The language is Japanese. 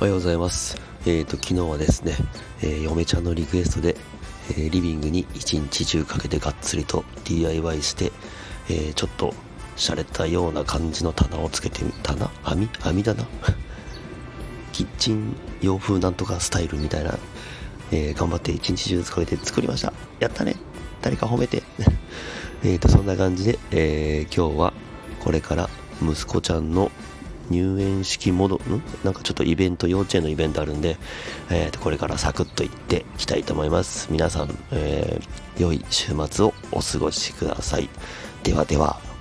おはようございます。昨日はですね、嫁ちゃんのリクエストで、リビングに一日中かけてがっつりと DIY して、ちょっと洒落たような感じの棚をつけてみたな網棚キッチン洋風なんとかスタイルみたいな、頑張って一日中かけて作りました。やったね、誰か褒めてそんな感じで、今日はこれから息子ちゃんの入園式なんかちょっと幼稚園のイベントあるんで、これからサクッと行ってきたいと思います。皆さん、良い週末をお過ごしください。ではでは。